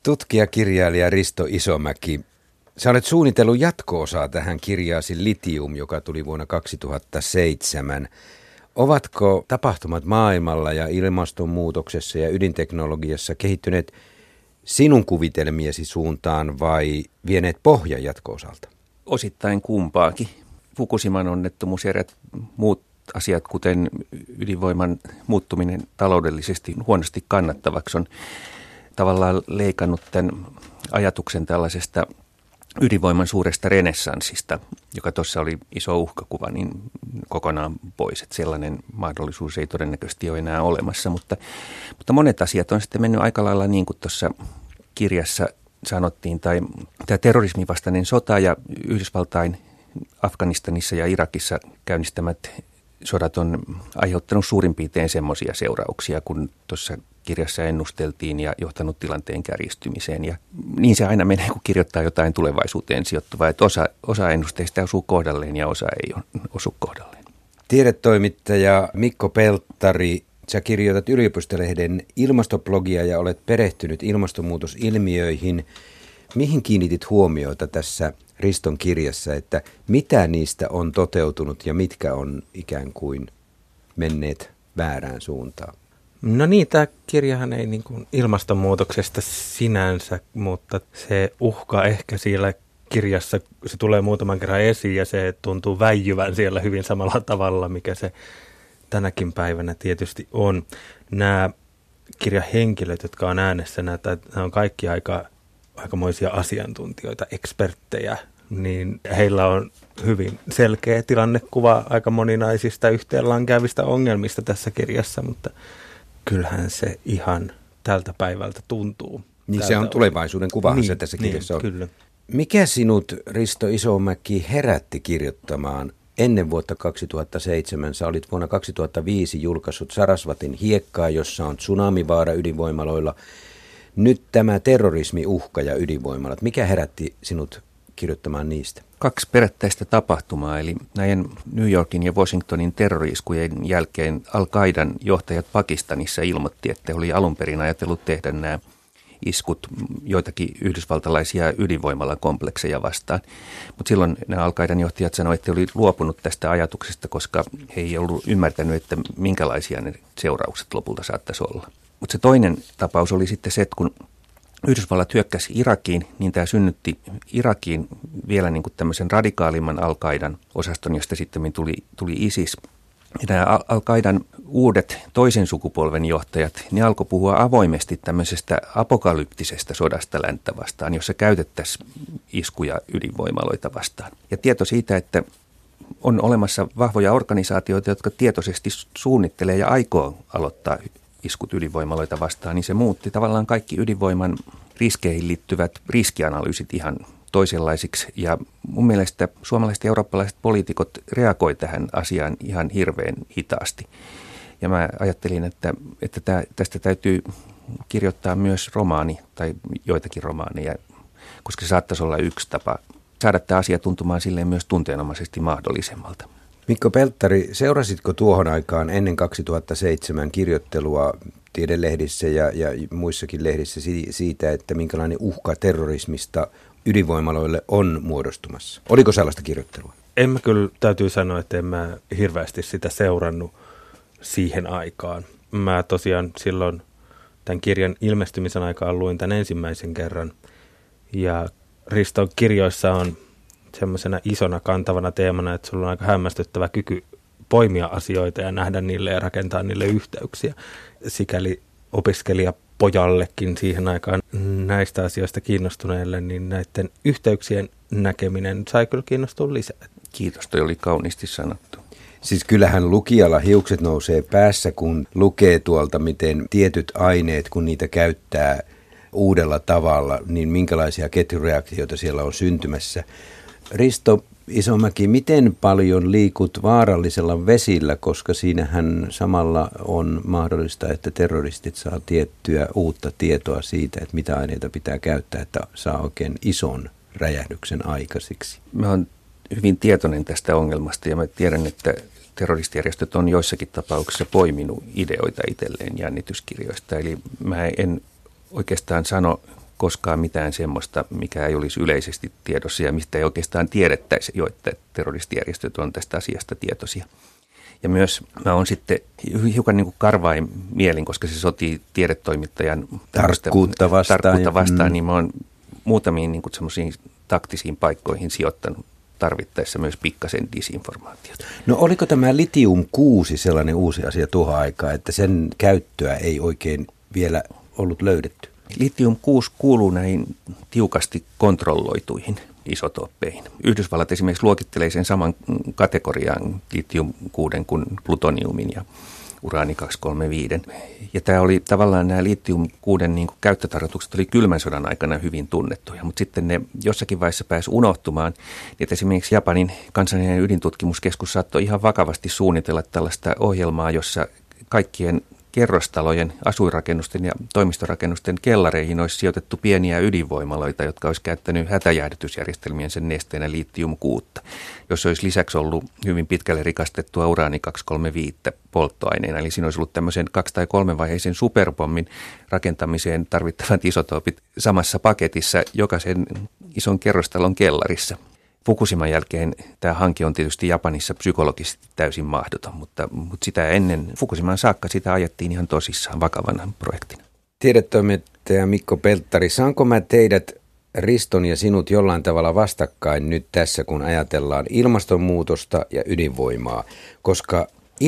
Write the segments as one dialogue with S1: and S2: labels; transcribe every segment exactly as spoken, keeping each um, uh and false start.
S1: Tutkijakirjailija Risto Isomäki, sä olet suunnitellut jatko-osaa tähän kirjaasi Litium, joka tuli vuonna kaksituhattaseitsemän. Ovatko tapahtumat maailmalla ja ilmastonmuutoksessa ja ydinteknologiassa kehittyneet sinun kuvitelmiesi suuntaan vai vieneet pohjan jatko-osalta?
S2: Osittain kumpaakin. Fukushiman onnettomuus ja eräät muut asiat, kuten ydinvoiman muuttuminen taloudellisesti huonosti kannattavaksi, on tavallaan leikannut tämän ajatuksen tällaisesta ydinvoiman suuresta renessanssista, joka tuossa oli iso uhkakuva, niin kokonaan pois. Että sellainen mahdollisuus ei todennäköisesti ole enää olemassa, mutta, mutta monet asiat on sitten mennyt aika lailla niin kuin tuossa kirjassa sanottiin, tai tämä terrorismin vastainen sota ja Yhdysvaltain Afganistanissa ja Irakissa käynnistämät sodat on aiheuttanut suurin piirtein semmoisia seurauksia, kun tuossa kirjassa ennusteltiin ja johtanut tilanteen kärjistymiseen. Ja niin se aina menee, kun kirjoittaa jotain tulevaisuuteen sijoittuvaa, että osa, osa ennusteista osuu kohdalleen ja osa ei osu kohdalleen.
S1: Tiedetoimittaja Mikko Pelttari, sä kirjoitat Yliopistolehden ilmastoblogia ja olet perehtynyt ilmastonmuutosilmiöihin. Mihin kiinnitit huomiota tässä Riston kirjassa, että mitä niistä on toteutunut ja mitkä on ikään kuin menneet väärään suuntaan?
S3: No niin, tämä kirjahan ei niin kuin ilmastonmuutoksesta sinänsä, mutta se uhka ehkä siellä kirjassa, se tulee muutaman kerran esiin ja se tuntuu väijyvän siellä hyvin samalla tavalla, mikä se tänäkin päivänä tietysti on. Nämä kirjahenkilöt, jotka on äänessä, nämä on kaikki aika, aikamoisia asiantuntijoita, eksperttejä, niin heillä on hyvin selkeä tilannekuva aika moninaisista yhteenlankeavista ongelmista tässä kirjassa, mutta kyllähän se ihan tältä päivältä tuntuu.
S1: Niin se on tulevaisuuden kuvahan niin, se tässä kirjassa
S3: niin,
S1: on.
S3: Kyllä.
S1: Mikä sinut, Risto Isomäki, herätti kirjoittamaan ennen vuotta kaksituhattaseitsemän? Sä olit vuonna kaksituhattaviisi julkaissut Sarasvatin hiekkaa, jossa on tsunamivaara ydinvoimaloilla. Nyt tämä terrorismiuhka ja ydinvoimalat. Mikä herätti sinut kirjoittamaan niistä?
S2: Kaksi perättäistä tapahtumaa, eli näiden New Yorkin ja Washingtonin terrori-iskujen jälkeen Al-Qaidan johtajat Pakistanissa ilmoitti, että oli alun perin ajatellut tehdä nämä iskut joitakin yhdysvaltalaisia ydinvoimalakomplekseja vastaan. Mutta silloin nämä Al-Qaidan johtajat sanoivat, että oli luopunut tästä ajatuksesta, koska he ei ollut ymmärtänyt, että minkälaisia ne seuraukset lopulta saattaisi olla. Mutta se toinen tapaus oli sitten se, että kun Yhdysvallat hyökkäsi Irakiin, niin tämä synnytti Irakiin vielä niin kuin tämmöisen radikaalimman Al-Qaidan osaston, josta sitten tuli, tuli ISIS. Ja nämä Al-Qaidan uudet toisen sukupolven johtajat, ne alkoi puhua avoimesti tämmöisestä apokalyptisesta sodasta länttä vastaan, jossa käytettäisiin iskuja ydinvoimaloita vastaan. Ja tieto siitä, että on olemassa vahvoja organisaatioita, jotka tietoisesti suunnittelee ja aikoo aloittaa iskut ydinvoimaloita vastaan, niin se muutti tavallaan kaikki ydinvoiman riskeihin liittyvät riskianalyysit ihan toisenlaisiksi. Ja mun mielestä suomalaiset ja eurooppalaiset poliitikot reagoi tähän asiaan ihan hirveän hitaasti. Ja mä ajattelin, että, että tää, tästä täytyy kirjoittaa myös romaani tai joitakin romaaneja, koska se saattaisi olla yksi tapa saada tämä asia tuntumaan silleen myös tunteenomaisesti mahdollisemmalta.
S1: Mikko Pelttari, seurasitko tuohon aikaan ennen kaksituhattaseitsemän kirjoittelua tiedelehdissä ja, ja muissakin lehdissä siitä, että minkälainen uhka terrorismista ydinvoimaloille on muodostumassa? Oliko sellaista kirjoittelua?
S3: En mä kyllä, täytyy sanoa, että en mä hirveästi sitä seurannut siihen aikaan. Mä tosiaan silloin tämän kirjan ilmestymisen aikaan luin tämän ensimmäisen kerran ja Riston kirjoissa on semmoisena isona kantavana teemana, että sulla on aika hämmästyttävä kyky poimia asioita ja nähdä niille ja rakentaa niille yhteyksiä. Sikäli opiskelijapojallekin siihen aikaan näistä asioista kiinnostuneelle, niin näiden yhteyksien näkeminen sai kyllä kiinnostua lisää.
S2: Kiitos, toi oli kauniisti sanottu.
S1: Siis kyllähän lukijalla hiukset nousee päässä, kun lukee tuolta, miten tietyt aineet, kun niitä käyttää uudella tavalla, niin minkälaisia ketjureaktioita siellä on syntymässä. Risto Isomäki, miten paljon liikut vaarallisella vesillä, koska siinähän samalla on mahdollista, että terroristit saa tiettyä uutta tietoa siitä, että mitä aineita pitää käyttää, että saa oikein ison räjähdyksen aikaisiksi.
S2: Mä oon hyvin tietoinen tästä ongelmasta ja mä tiedän, että terroristijärjestöt on joissakin tapauksissa poiminut ideoita itselleen jännityskirjoista. Eli mä en oikeastaan sano koskaan mitään semmoista, mikä ei olisi yleisesti tiedossa ja mistä ei oikeastaan tiedettäisi, jo että terroristijärjestöt on tästä asiasta tietoisia. Ja myös mä oon sitten hiukan niin kuin karvain mielin, koska se sotii tiedetoimittajan
S1: tarkkuutta vastaan,
S2: tarkkuutta vastaan
S1: mm.
S2: niin mä oon muutamiin niin kuin semmoisiin taktisiin paikkoihin sijoittanut tarvittaessa myös pikkasen disinformaatiota.
S1: No oliko tämä litium kuusi sellainen uusi asia tuohon aikaan, että sen käyttöä ei oikein vielä ollut löydetty?
S2: Litium kuusi kuuluu näihin tiukasti kontrolloituihin isotooppeihin. Yhdysvallat esimerkiksi luokittelee sen saman kategoriaan litium kuusi kuin plutoniumin ja uraani kaksisataakolmekymmentäviisi. Ja tämä oli tavallaan nämä litium kuusi niin kuin käyttötarkoitukset oli kylmän sodan aikana hyvin tunnettuja, mutta sitten ne jossakin vaiheessa pääsi unohtumaan. Niin että esimerkiksi Japanin kansallinen ydintutkimuskeskus saattoi ihan vakavasti suunnitella tällaista ohjelmaa, jossa kaikkien kerrostalojen, asuinrakennusten ja toimistorakennusten kellareihin olisi sijoitettu pieniä ydinvoimaloita, jotka olisi käyttänyt hätäjäähdytysjärjestelmien sen nesteenä litium kuusi, jos olisi lisäksi ollut hyvin pitkälle rikastettua uraani kaksisataakolmekymmentäviisi polttoaineena. Eli siinä olisi ollut tämmöisen kaksi- tai kolmenvaiheisen superpommin rakentamiseen tarvittavat isotoopit samassa paketissa jokaisen ison kerrostalon kellarissa. Fukushiman jälkeen tämä hanke on tietysti Japanissa psykologisesti täysin mahdoton, mutta, mutta sitä ennen Fukushiman saakka sitä ajettiin ihan tosissaan vakavana projektina.
S1: Tiedetoimittaja Mikko Pelttari, saanko mä teidät, Riston ja sinut, jollain tavalla vastakkain nyt tässä, kun ajatellaan ilmastonmuutosta ja ydinvoimaa, koska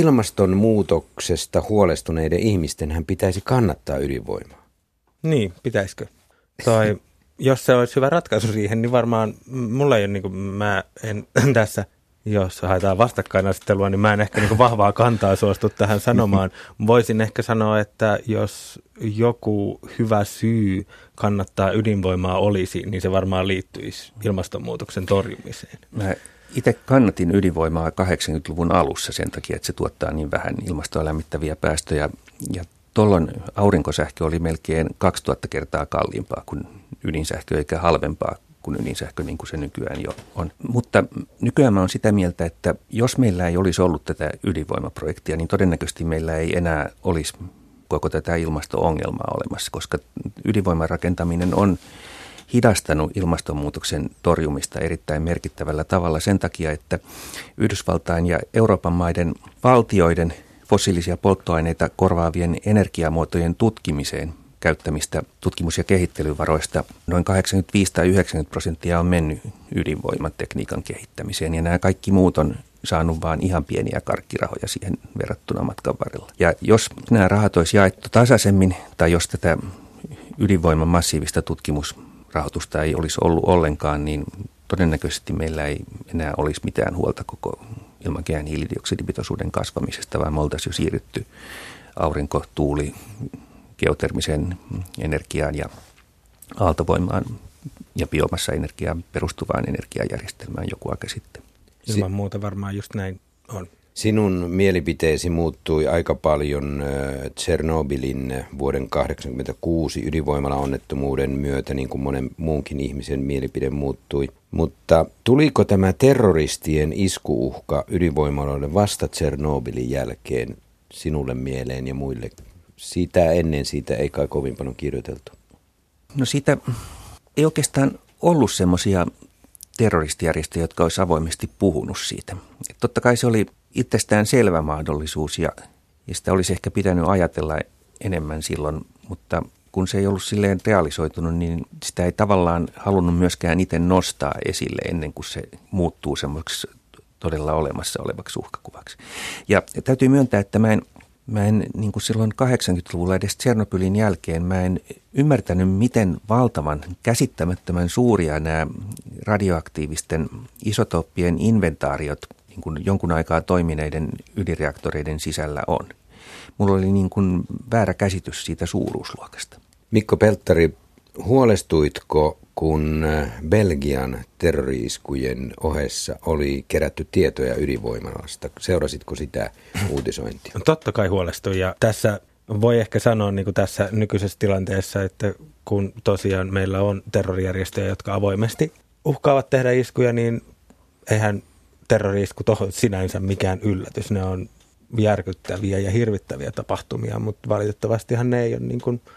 S1: ilmastonmuutoksesta huolestuneiden ihmistenhän pitäisi kannattaa ydinvoimaa.
S3: Niin, pitäisikö? Tai jos se olisi hyvä ratkaisu siihen, niin varmaan mulla ei ole, niin kuin, mä en tässä, jos haetaan vastakkainasettelua, niin mä en ehkä niin kuin vahvaa kantaa suostu tähän sanomaan. Voisin ehkä sanoa, että jos joku hyvä syy kannattaa ydinvoimaa olisi, niin se varmaan liittyisi ilmastonmuutoksen torjumiseen.
S2: Mä itse kannatin ydinvoimaa kahdeksankymmentäluvun alussa sen takia, että se tuottaa niin vähän ilmastoa lämmittäviä päästöjä, ja tuolloin aurinkosähkö oli melkein kaksituhatta kertaa kalliimpaa kuin ydinsähkö, eikä halvempaa kuin ydinsähkö, niin kuin se nykyään jo on. Mutta nykyään mä olen sitä mieltä, että jos meillä ei olisi ollut tätä ydinvoimaprojektia, niin todennäköisesti meillä ei enää olisi koko tätä ilmasto-ongelmaa olemassa, koska ydinvoiman rakentaminen on hidastanut ilmastonmuutoksen torjumista erittäin merkittävällä tavalla sen takia, että Yhdysvaltain ja Euroopan maiden valtioiden fossiilisia polttoaineita korvaavien energiamuotojen tutkimiseen käyttämistä tutkimus- ja kehittelyvaroista noin kahdeksankymmentäviisi tai yhdeksänkymmentä prosenttia on mennyt ydinvoimatekniikan kehittämiseen, ja nämä kaikki muut on saanut vain ihan pieniä karkkirahoja siihen verrattuna matkan varrella. Ja jos nämä rahat olisi jaettu tasaisemmin, tai jos tätä ydinvoiman massiivista tutkimusrahoitusta ei olisi ollut ollenkaan, niin todennäköisesti meillä ei enää olisi mitään huolta koko ilmakehän hiilidioksidipitoisuuden kasvamisesta, vaan me oltaisiin jo siirrytty aurinko, tuuli, geotermiseen energiaan ja aaltovoimaan ja biomassaenergiaan perustuvaan energiajärjestelmään joku aika sitten.
S3: Ilman muuta varmaan just näin on.
S1: Sinun mielipiteesi muuttui aika paljon Tšernobylin vuoden kahdeksankymmentäkuusi ydinvoimalaonnettomuuden myötä, niin kuin monen muunkin ihmisen mielipide muuttui. Mutta tuliko tämä terroristien iskuuhka ydinvoimaloille vasta Tšernobylin jälkeen sinulle mieleen ja muille? Sitä ennen siitä ei kai kovin paljon kirjoiteltu.
S2: No siitä ei oikeastaan ollut semmoisia terroristijärjestöjä, jotka olisi avoimesti puhunut siitä. Et totta kai se oli itsestään selvä mahdollisuus ja, ja sitä olisi ehkä pitänyt ajatella enemmän silloin, mutta kun se ei ollut silleen realisoitunut, niin sitä ei tavallaan halunnut myöskään itse nostaa esille ennen kuin se muuttuu semmoiseksi todella olemassa olevaksi uhkakuvaksi. Ja, ja täytyy myöntää, että mä en Mä en niin kuin silloin kahdeksankymmentäluvulla edes Tšernobylin jälkeen, mä en ymmärtänyt, miten valtavan käsittämättömän suuria nämä radioaktiivisten isotooppien inventaariot niin kuin jonkun aikaa toimineiden ydinreaktoreiden sisällä on. Mulla oli niin kuin väärä käsitys siitä suuruusluokasta.
S1: Mikko Pelttari, huolestuitko, kun Belgian terrori-iskujen ohessa oli kerätty tietoja ydinvoimalasta? Seurasitko sitä uutisointia?
S3: Totta kai huolestui, ja tässä voi ehkä sanoa niin kuin tässä nykyisessä tilanteessa, että kun tosiaan meillä on terrorijärjestöjä, jotka avoimesti uhkaavat tehdä iskuja, niin eihän terrori-isku tohon sinänsä mikään yllätys. Ne on järkyttäviä ja hirvittäviä tapahtumia, mutta valitettavastihan ne ei ole niin kuin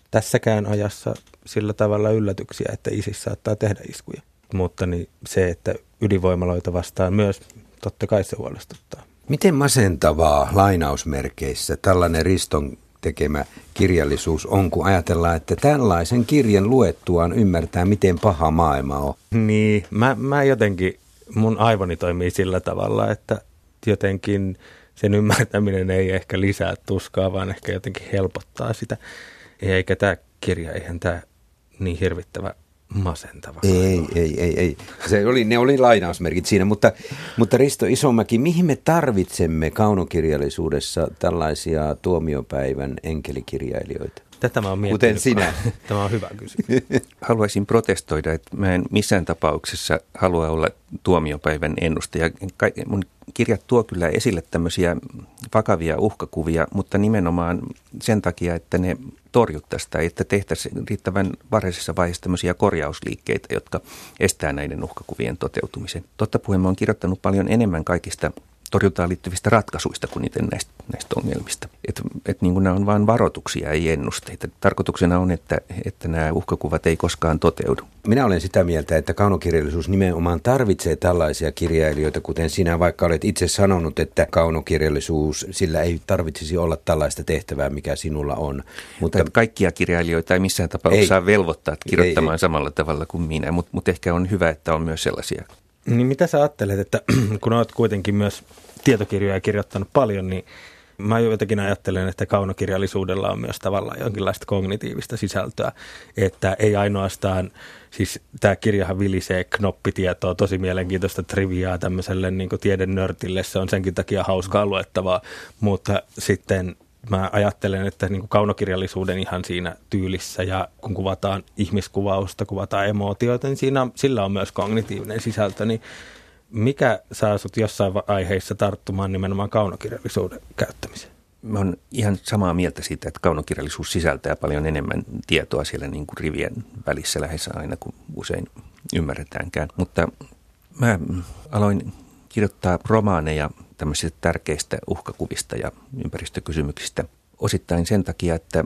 S3: tässäkään ajassa sillä tavalla yllätyksiä, että ISIS saattaa tehdä iskuja. Mutta niin se, että ydinvoimaloita vastaan myös, totta kai se huolestuttaa.
S1: Miten masentavaa lainausmerkeissä tällainen Riston tekemä kirjallisuus on, kun ajatellaan, että tällaisen kirjan luettuaan ymmärtää, miten paha maailma on?
S3: Niin, mä, mä jotenkin, mun aivoni toimii sillä tavalla, että jotenkin sen ymmärtäminen ei ehkä lisää tuskaa, vaan ehkä jotenkin helpottaa sitä. Eikä tämä kirja, eihän tämä niin hirvittävä masentava.
S1: Ei, ei, ei, ei. Se oli, ne oli lainausmerkit siinä, mutta, mutta Risto Isomäki, mihin me tarvitsemme kaunokirjallisuudessa tällaisia tuomiopäivän enkelikirjailijoita?
S3: Tätä mä oon miettinyt.
S1: Kuten sinä.
S3: Tämä on hyvä kysymys.
S2: Haluaisin protestoida, että mä en missään tapauksessa halua olla tuomiopäivän ennustaja. Mun kirjat tuo kyllä esille tämmöisiä vakavia uhkakuvia, mutta nimenomaan sen takia, että ne torjuttaisiin tai että tehtäisiin riittävän varhaisessa vaiheessa tämmöisiä korjausliikkeitä, jotka estää näiden uhkakuvien toteutumisen. Totta puheen mä oon kirjoittanut paljon enemmän kaikista torjuntaan liittyvistä ratkaisuista kuin niiden näistä, näistä ongelmista. Että et niin kuin nämä on vain varoituksia, ei ennusteita. Tarkoituksena on, että, että nämä uhkakuvat ei koskaan toteudu.
S1: Minä olen sitä mieltä, että kaunokirjallisuus nimenomaan tarvitsee tällaisia kirjailijoita, kuten sinä, vaikka olet itse sanonut, että kaunokirjallisuus, sillä ei tarvitsisi olla tällaista tehtävää, mikä sinulla on.
S2: Mutta tai kaikkia kirjailijoita ei missään tapauksessa ei, kirjoittamaan ei, ei. samalla tavalla kuin minä, mutta mut ehkä on hyvä, että on myös sellaisia.
S3: Niin mitä sä ajattelet, että kun olet kuitenkin myös tietokirjoja kirjoittanut paljon, niin mä jotenkin ajattelen, että kaunokirjallisuudella on myös tavallaan jonkinlaista kognitiivista sisältöä, että ei ainoastaan, siis tämä kirjahan vilisee knoppitietoa, tosi mielenkiintoista triviaa tämmöiselle niin kuin tiedennörtille, se on senkin takia hauskaa luettavaa, mutta sitten mä ajattelen, että niin kuin kaunokirjallisuuden ihan siinä tyylissä ja kun kuvataan ihmiskuvausta, kuvataan emootioita, niin siinä, sillä on myös kognitiivinen sisältö. Niin mikä saa sut jossain aiheissa tarttumaan nimenomaan kaunokirjallisuuden käyttämiseen?
S2: Mä oon ihan samaa mieltä siitä, että kaunokirjallisuus sisältää paljon enemmän tietoa siellä niin kuin rivien välissä lähes aina kuin usein ymmärretäänkään. Mutta mä aloin kirjoittaa romaaneja tämmöisistä tärkeistä uhkakuvista ja ympäristökysymyksistä osittain sen takia, että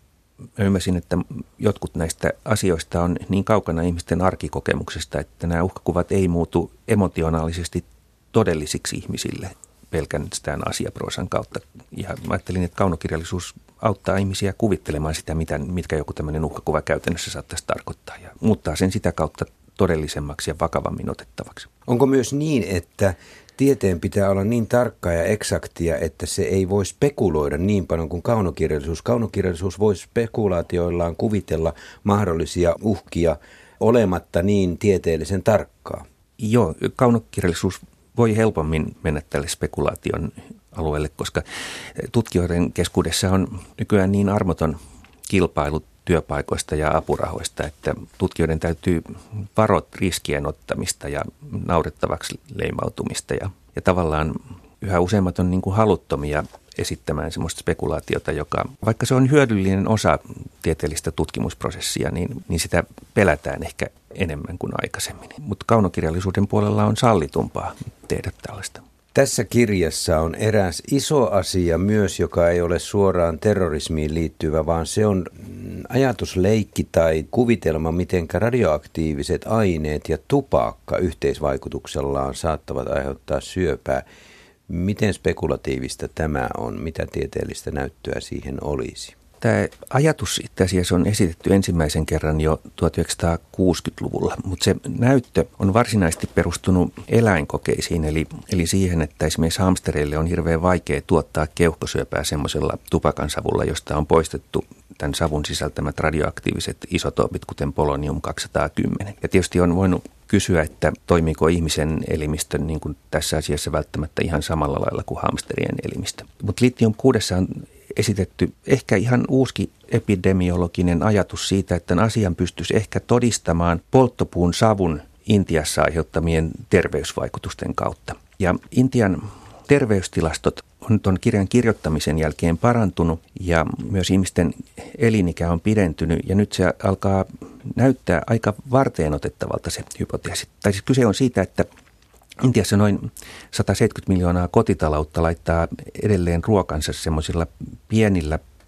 S2: mä ymmärsin, että jotkut näistä asioista on niin kaukana ihmisten arkikokemuksesta, että nämä uhkakuvat ei muutu emotionaalisesti todellisiksi ihmisille pelkästään asiaproosan kautta. Ja mä ajattelin, että kaunokirjallisuus auttaa ihmisiä kuvittelemaan sitä, mitä, mitkä joku tämmöinen uhkakuva käytännössä saattaisi tarkoittaa ja muuttaa sen sitä kautta todellisemmaksi ja vakavammin otettavaksi.
S1: Onko myös niin, että tieteen pitää olla niin tarkkaa ja eksaktia, että se ei voi spekuloida niin paljon kuin kaunokirjallisuus. Kaunokirjallisuus voi spekulaatioillaan kuvitella mahdollisia uhkia olematta niin tieteellisen tarkkaa.
S2: Joo, kaunokirjallisuus voi helpommin mennä tälle spekulaation alueelle, koska tutkijoiden keskuudessa on nykyään niin armoton kilpailu työpaikoista ja apurahoista, että tutkijoiden täytyy varoa riskien ottamista ja naurettavaksi leimautumista. Ja, ja tavallaan yhä useimmat on niin kuin haluttomia esittämään sellaista spekulaatiota, joka vaikka se on hyödyllinen osa tieteellistä tutkimusprosessia, niin, niin sitä pelätään ehkä enemmän kuin aikaisemmin. Mutta kaunokirjallisuuden puolella on sallitumpaa tehdä tällaista.
S1: Tässä kirjassa on eräs iso asia myös, joka ei ole suoraan terrorismiin liittyvä, vaan se on ajatusleikki tai kuvitelma, miten radioaktiiviset aineet ja tupakka yhteisvaikutuksellaan saattavat aiheuttaa syöpää. Miten spekulatiivista tämä on? Mitä tieteellistä näyttöä siihen olisi?
S2: Tämä ajatus itse asiassa on esitetty ensimmäisen kerran jo tuhatyhdeksänsataakuusikymmentäluvulla, mutta se näyttö on varsinaisesti perustunut eläinkokeisiin, eli, eli siihen, että esimerkiksi hamstereille on hirveän vaikea tuottaa keuhkosyöpää semmoisella tupakansavulla, josta on poistettu tämän savun sisältämät radioaktiiviset isotoopit, kuten polonium kaksisataakymmenen. Ja tietysti on voinut kysyä, että toimiiko ihmisen elimistö niin kuin tässä asiassa välttämättä ihan samalla lailla kuin hamsterien elimistö. Mutta litium kuudessa on esitetty ehkä ihan uusi epidemiologinen ajatus siitä, että tämän asian pystyisi ehkä todistamaan polttopuun savun Intiassa aiheuttamien terveysvaikutusten kautta. Ja Intian terveystilastot on tuon kirjan kirjoittamisen jälkeen parantunut ja myös ihmisten elinikä on pidentynyt ja nyt se alkaa näyttää aika varteenotettavalta se hypoteesi. Tai siis kyse on siitä, että Intiassa noin sata seitsemänkymmentä miljoonaa kotitaloutta laittaa edelleen ruokansa semmoisilla pienillä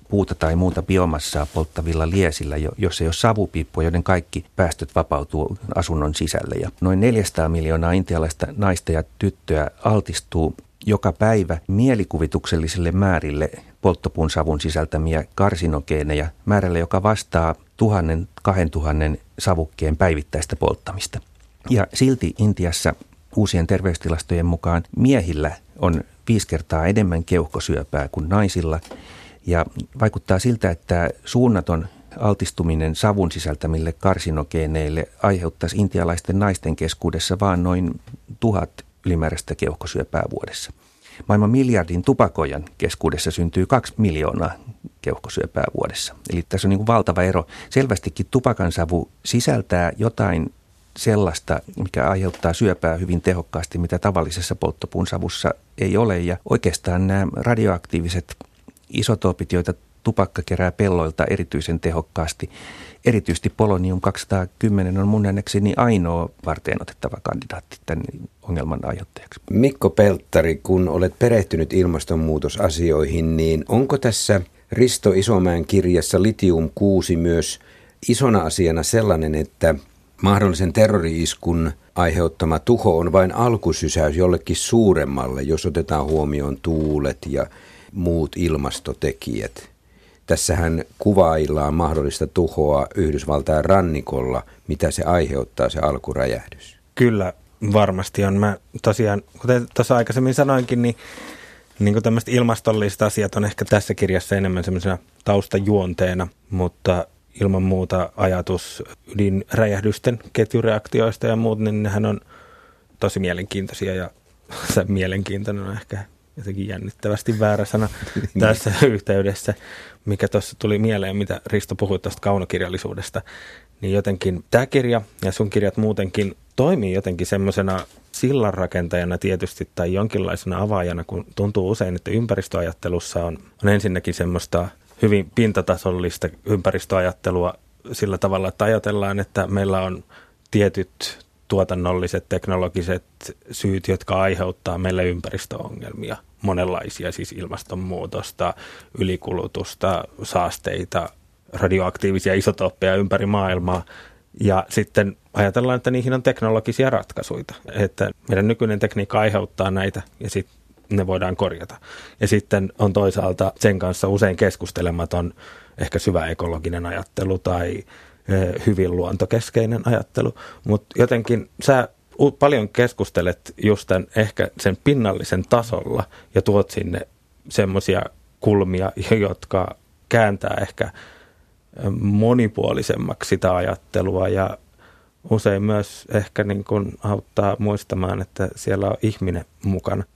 S2: puuta tai muuta biomassaa polttavilla liesillä, jos ei ole savupiippua, joiden kaikki päästöt vapautuu asunnon sisälle. Ja noin neljäsataa miljoonaa intialaista naista ja tyttöä altistuu joka päivä mielikuvituksellisille määrille polttopuun savun sisältämiä karsinogeeneja määrällä, joka vastaa tuhannen, kahden tuhannen savukkeen päivittäistä polttamista. Ja silti Intiassa uusien terveystilastojen mukaan miehillä on viisi kertaa enemmän keuhkosyöpää kuin naisilla. Ja vaikuttaa siltä, että suunnaton altistuminen savun sisältämille karsinogeeneille aiheuttaisi intialaisten naisten keskuudessa vain noin tuhat ylimääräistä keuhkosyöpää vuodessa. Maailman miljardin tupakoijan keskuudessa syntyy kaksi miljoonaa keuhkosyöpää vuodessa. Eli tässä on niin kuin valtava ero. Selvästikin tupakansavu sisältää jotain sellaista, mikä aiheuttaa syöpää hyvin tehokkaasti, mitä tavallisessa polttopuun savussa ei ole. Ja oikeastaan nämä radioaktiiviset isotoopit, joita tupakka kerää pelloilta erityisen tehokkaasti, erityisesti polonium kaksisataakymmenen on mun nähdäkseni ainoa varteen otettava kandidaatti tämän ongelman aiheuttajaksi.
S1: Mikko Pelttari, kun olet perehtynyt ilmastonmuutosasioihin, niin onko tässä Risto Isomäen kirjassa Litium kuusi myös isona asiana sellainen, että mahdollisen terrori-iskun aiheuttama tuho on vain alkusysäys jollekin suuremmalle, jos otetaan huomioon tuulet ja muut ilmastotekijät? Tässähän kuvaillaan mahdollista tuhoa Yhdysvaltain rannikolla, mitä se aiheuttaa, se alkuräjähdys.
S3: Kyllä, varmasti on. Mä tosiaan, kuten tuossa aikaisemmin sanoinkin, niin, niin kuin tämmöiset ilmastolliset asiat on ehkä tässä kirjassa enemmän semmoisena taustajuonteena, mutta ilman muuta ajatus ydinräjähdysten ketjureaktioista ja muut, niin nehän on tosi mielenkiintoisia ja se mielenkiintoinen on ehkä jotenkin jännittävästi väärä sana tässä yhteydessä, mikä tuossa tuli mieleen, mitä Risto puhui tuosta kaunokirjallisuudesta, niin jotenkin tämä kirja ja sun kirjat muutenkin toimii jotenkin semmoisena sillanrakentajana tietysti tai jonkinlaisena avaajana, kun tuntuu usein, että ympäristöajattelussa on, on ensinnäkin semmoista hyvin pintatasollista ympäristöajattelua sillä tavalla, että ajatellaan, että meillä on tietyt tuotannolliset, teknologiset syyt, jotka aiheuttaa meille ympäristöongelmia. Monenlaisia, siis ilmastonmuutosta, ylikulutusta, saasteita, radioaktiivisia isotooppeja ympäri maailmaa. Ja sitten ajatellaan, että niihin on teknologisia ratkaisuja, että meidän nykyinen tekniikka aiheuttaa näitä ja sitten ne voidaan korjata. Ja sitten on toisaalta sen kanssa usein keskustelematon ehkä syvä ekologinen ajattelu tai hyvin luontokeskeinen ajattelu, mutta jotenkin sä paljon keskustelet just tämän, ehkä sen pinnallisen tasolla ja tuot sinne semmoisia kulmia, jotka kääntää ehkä monipuolisemmaksi sitä ajattelua ja usein myös ehkä niin kuin auttaa muistamaan, että siellä on ihminen mukana.